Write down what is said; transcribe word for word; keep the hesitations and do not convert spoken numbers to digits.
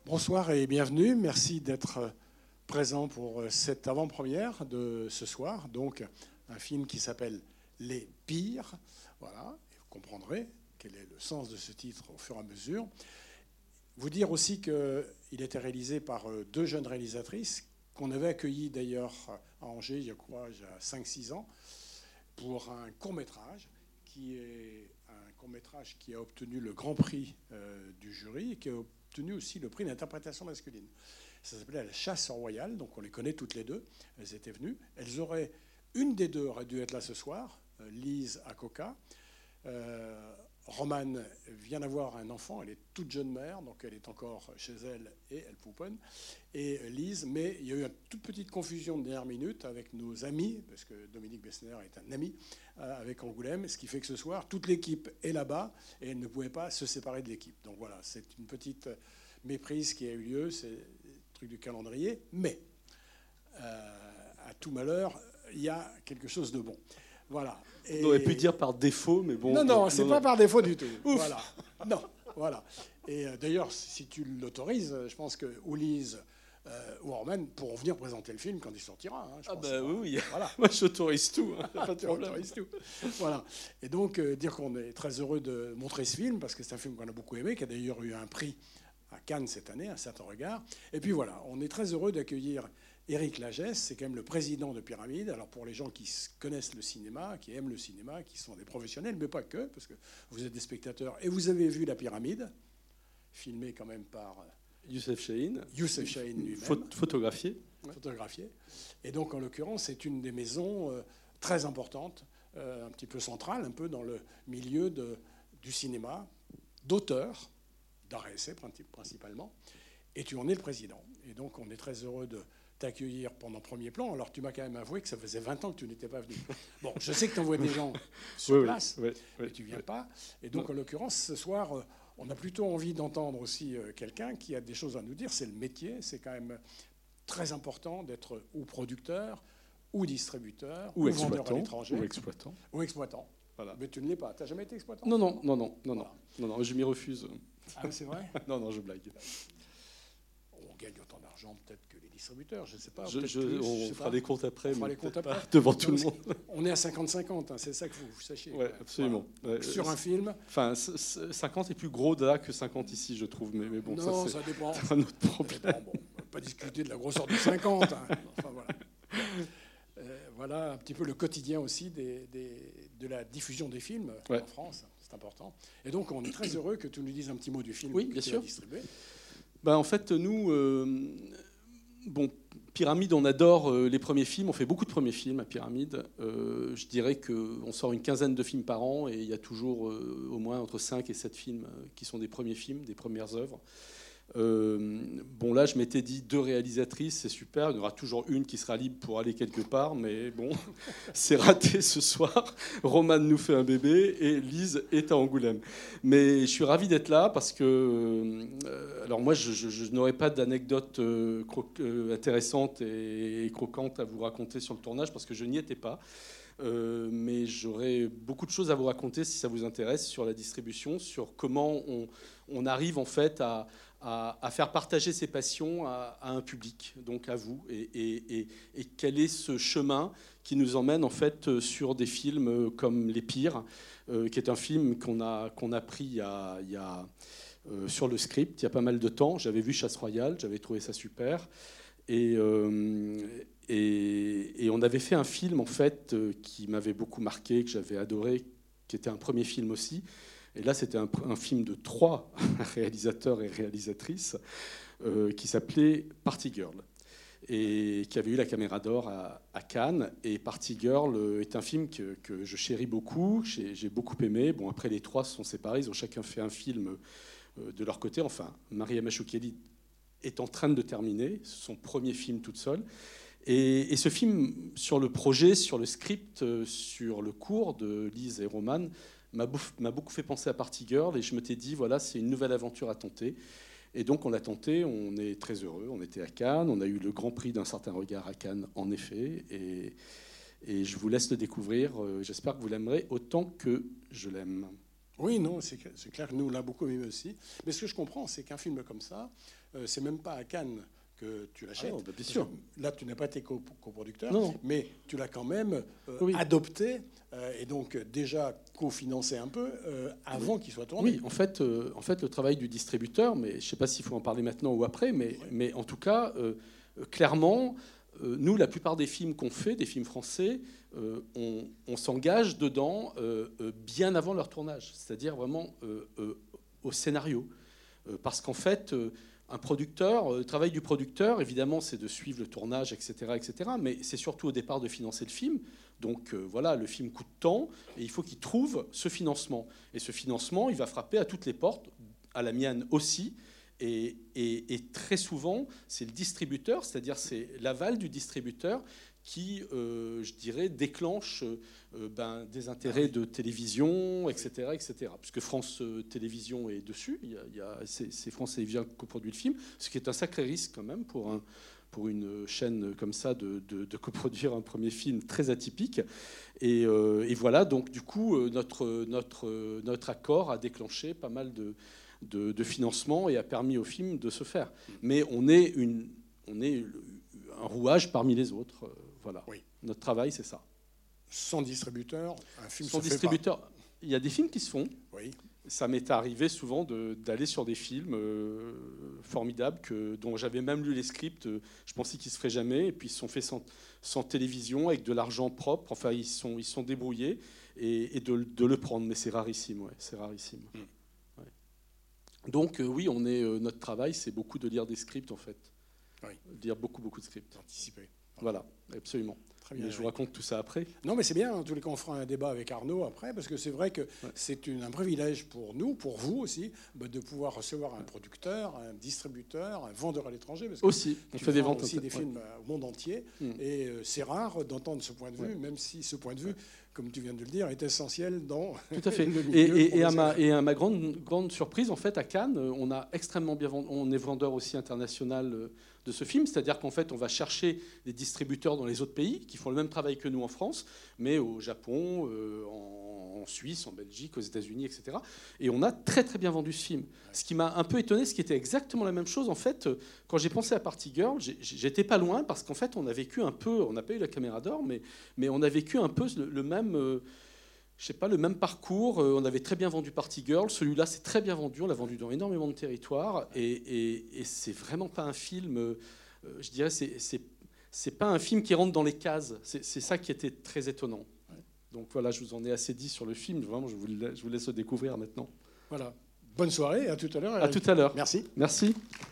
Bonsoir et bienvenue. Merci d'être présent pour cette avant-première de ce soir. Donc, un film qui s'appelle Les Pires. Voilà, et vous comprendrez quel est le sens de ce titre au fur et à mesure. Vous dire aussi qu'il était réalisé par deux jeunes réalisatrices qu'on avait accueillies d'ailleurs à Angers il y a quoi, il y a cinq six ans, pour un court-métrage qui est un court-métrage qui a obtenu le grand prix euh, du jury et qui a obtenu aussi le prix d'interprétation masculine. Ça s'appelait La Chasse royale, donc on les connaît toutes les deux. Elles étaient venues. Elles auraient, une des deux aurait dû être là ce soir, euh, Lise Akoka. Euh, Romane vient d'avoir un enfant, elle est toute jeune mère, donc elle est encore chez elle et elle pouponne. Et Lise, mais il y a eu une toute petite confusion de dernière minute avec nos amis, parce que Dominique Bessner est un ami euh, avec Angoulême, ce qui fait que ce soir, toute l'équipe est là-bas et elle ne pouvait pas se séparer de l'équipe. Donc voilà, c'est une petite méprise qui a eu lieu, c'est le truc du calendrier, mais euh, à tout malheur, il y a quelque chose de bon. Voilà. Et... On aurait pu dire par défaut, mais bon... Non, non, c'est non, pas non. par défaut du tout. Voilà. Non, voilà. Et euh, d'ailleurs, si tu l'autorises, je pense que ou Lise euh, ou Orman pourront venir présenter le film quand il sortira. Hein, je ah pense. bah oui, oui. Voilà. Moi, j'autorise tout. Hein, pas de tu problème. autorises tout. Voilà. Et donc, euh, dire qu'on est très heureux de montrer ce film, parce que c'est un film qu'on a beaucoup aimé, qui a d'ailleurs eu un prix à Cannes cette année, Un certain regard. Et puis voilà, on est très heureux d'accueillir Éric Lagesse, c'est quand même le président de Pyramide. Alors pour les gens qui connaissent le cinéma, qui aiment le cinéma, qui sont des professionnels, mais pas que, parce que vous êtes des spectateurs et vous avez vu La Pyramide, filmée quand même par Youssef Chahine, Youssef Chahine lui-même, Phot- photographié. photographié. Et donc en l'occurrence, c'est une des maisons euh, très importantes, euh, un petit peu centrale, un peu dans le milieu de, du cinéma, d'auteurs, d'art et essai principalement. Et tu en es le président. Et donc on est très heureux de t'accueillir pendant premier plan. Alors, tu m'as quand même avoué que ça faisait vingt ans que tu n'étais pas venu. Bon, je sais que tu envoies des gens sur oui, place, oui, oui, mais oui, tu ne viens oui. pas. Et donc, Non. en l'occurrence, ce soir, euh, on a plutôt envie d'entendre aussi euh, quelqu'un qui a des choses à nous dire. C'est le métier. C'est quand même très important d'être ou producteur, ou distributeur, Ou ou vendeur à exploitant. l'étranger. Ou exploitant. Ou exploitant. Voilà. Mais tu ne l'es pas. Tu n'as jamais été exploitant? Non, non, non, non, non, Voilà. non, non, non, je m'y refuse. Ah, c'est vrai? Non, non, je blague. On gagne autant d'argent peut-être que les distributeurs, je ne sais pas. Je, peut-être je- plus, on je sais fera pas. les comptes après, On fera mais les comptes peut-être après. pas devant tout Non, le monde. On est à cinquante cinquante, hein, c'est ça que vous, vous sachiez. Ouais, absolument. Voilà. Ouais, Sur euh, un film. Enfin, c- c- cinquante est plus gros là que cinquante ici, je trouve. Mais, mais bon, non, ça, ça dépend. c'est un autre Ça problème. dépend. Bon, on ne va pas discuter de la grosseur du cinquante. Hein. Enfin, voilà. Euh, voilà un petit peu le quotidien aussi des, des- de la diffusion des films Ouais. en France. C'est important. Et donc, on est très heureux que tu nous dises un petit mot du film Oui, que bien tu sûr. as distribué. Ben, en fait, nous, euh, bon, Pyramide, on adore euh, les premiers films. On fait beaucoup de premiers films à Pyramide. Euh, je dirais qu'on sort une quinzaine de films par an et il y a toujours euh, au moins entre cinq et sept films euh, qui sont des premiers films, des premières œuvres. Euh, bon, là, je m'étais dit deux réalisatrices, c'est super. Il y en aura toujours une qui sera libre pour aller quelque part, mais bon, c'est raté ce soir. Romane nous fait un bébé et Lise est à Angoulême. Mais je suis ravi d'être là parce que, euh, alors moi, je, je, je n'aurai pas d'anecdotes euh, cro- euh, intéressantes et, et croquantes à vous raconter sur le tournage parce que je n'y étais pas. Euh, mais j'aurai beaucoup de choses à vous raconter si ça vous intéresse sur la distribution, sur comment on, on arrive en fait à, à, à faire partager ses passions à, à un public, donc à vous, et, et, et, et quel est ce chemin qui nous emmène en fait sur des films comme Les Pires, euh, qui est un film qu'on a, qu'on a pris il y a, il y a, euh, sur le script il y a pas mal de temps. J'avais vu Chasse royale, j'avais trouvé ça super. Et, euh, et, et on avait fait un film en fait euh, qui m'avait beaucoup marqué, que j'avais adoré, qui était un premier film aussi. Et là, c'était un, un film de trois réalisateurs et réalisatrices euh, qui s'appelait Party Girl et qui avait eu la Caméra d'Or à, à Cannes. Et Party Girl est un film que, que je chéris beaucoup, j'ai, j'ai beaucoup aimé. Bon, après, les trois se sont séparés, ils ont chacun fait un film euh, de leur côté. Enfin, Mariama Choukeli est en train de terminer son premier film toute seule. Et, et ce film, sur le projet, sur le script, euh, sur le cours de Lise et Romane, m'a, bouf, m'a beaucoup fait penser à Party Girl. Et je me t'ai dit, voilà, c'est une nouvelle aventure à tenter. Et donc, on l'a tenté, on est très heureux. On était à Cannes, on a eu le grand prix d'un certain regard à Cannes, en effet. Et, et je vous laisse le découvrir. Euh, j'espère que vous l'aimerez autant que je l'aime. Oui, non, c'est c'est clair que nous, on l'a beaucoup aimé aussi. Mais ce que je comprends, c'est qu'un film comme ça, euh, c'est même pas à Cannes que tu l'achètes. Ah non, bah, bien sûr. Là, tu n'as pas été co- coproducteur, Non, non. mais tu l'as quand même euh, Oui. adopté euh, et donc déjà cofinancé un peu euh, avant qu'il soit tourné. Oui, en fait, euh, en fait, le travail du distributeur, mais je ne sais pas s'il faut en parler maintenant ou après, mais, Oui. mais en tout cas, euh, clairement, euh, nous, la plupart des films qu'on fait, des films français, euh, on, on s'engage dedans euh, euh, bien avant leur tournage, c'est-à-dire vraiment euh, euh, au scénario. Euh, parce qu'en fait, euh, un producteur, euh, le travail du producteur, évidemment, c'est de suivre le tournage, et cetera, et cetera, mais c'est surtout au départ de financer le film. Donc euh, voilà, le film coûte tant, et il faut qu'il trouve ce financement. Et ce financement, il va frapper à toutes les portes, à la mienne aussi. Et, et, et très souvent, c'est le distributeur, c'est-à-dire c'est l'aval du distributeur qui, euh, je dirais, déclenche euh, ben, des intérêts de télévision, et cetera, et cetera. Puisque France euh, Télévisions est dessus, il y a, il y a, c'est, c'est France Télévisions qui coproduit le film, ce qui est un sacré risque quand même pour, un, pour une chaîne comme ça de, de, de coproduire un premier film très atypique. Et, euh, et voilà, donc du coup, notre, notre, notre accord a déclenché pas mal de... De, de financement et a permis au film de se faire. Mais on est, une, on est un rouage parmi les autres. Euh, voilà. Oui. Notre travail, c'est ça. Sans distributeur, un film Sans se distributeur, fait pas. il y a des films qui se font. Oui. Ça m'est arrivé souvent de, d'aller sur des films euh, formidables que, dont j'avais même lu les scripts. Euh, je pensais qu'ils se feraient jamais. Et puis ils se sont faits sans, sans télévision, avec de l'argent propre. Enfin, ils sont, ils sont débrouillés. Et, et de, de le prendre. Mais c'est rarissime. Ouais, c'est rarissime. Mm. Donc euh, oui, on est, euh, notre travail, c'est beaucoup de lire des scripts en fait. Oui. De lire beaucoup, beaucoup de scripts. Anticiper. Voilà, absolument. Très bien. Mais je vous raconte tout ça après. Non, mais c'est bien. En tous les cas, on fera un débat avec Arnaud après, parce que c'est vrai que Ouais. c'est une- un privilège pour nous, pour vous aussi, bah, de pouvoir recevoir un producteur, un distributeur, un vendeur à l'étranger. Parce que Aussi, on tu fait des vends ventes. aussi inter- des ouais. films euh, au monde entier. Mm. Et euh, c'est rare d'entendre ce point de vue, Ouais. même si ce point de vue, comme tu viens de le dire, est essentiel dans Tout à fait. le Et, milieu et- et à ma, professionnel. et à ma grande, grande surprise, en fait, à Cannes, euh, on a extrêmement bien vendu. On est vendeur aussi international euh, de ce film, c'est-à-dire qu'en fait, on va chercher des distributeurs dans les autres pays qui font le même travail que nous en France, mais au Japon, euh, en, en Suisse, en Belgique, aux États-Unis, et cetera. Et on a très très bien vendu ce film. Ce qui m'a un peu étonné, ce qui était exactement la même chose, en fait, euh, quand j'ai pensé à Party Girl, j'ai- j'étais pas loin parce qu'en fait, on a vécu un peu, on n'a pas eu la caméra d'or, mais, mais on a vécu un peu le, le même. Euh, je sais pas, le même parcours. Euh, on avait très bien vendu Party Girl. Celui-là, c'est très bien vendu. On l'a vendu dans énormément de territoires. Et, et, et c'est vraiment pas un film. Euh, je dirais, c'est, c'est, c'est pas un film qui rentre dans les cases. C'est, c'est ça qui était très étonnant. Donc voilà, je vous en ai assez dit sur le film. Vraiment, je vous, la- je vous laisse le découvrir maintenant. Voilà. Bonne soirée, à tout à l'heure. À tout à l'heure. Merci. Merci.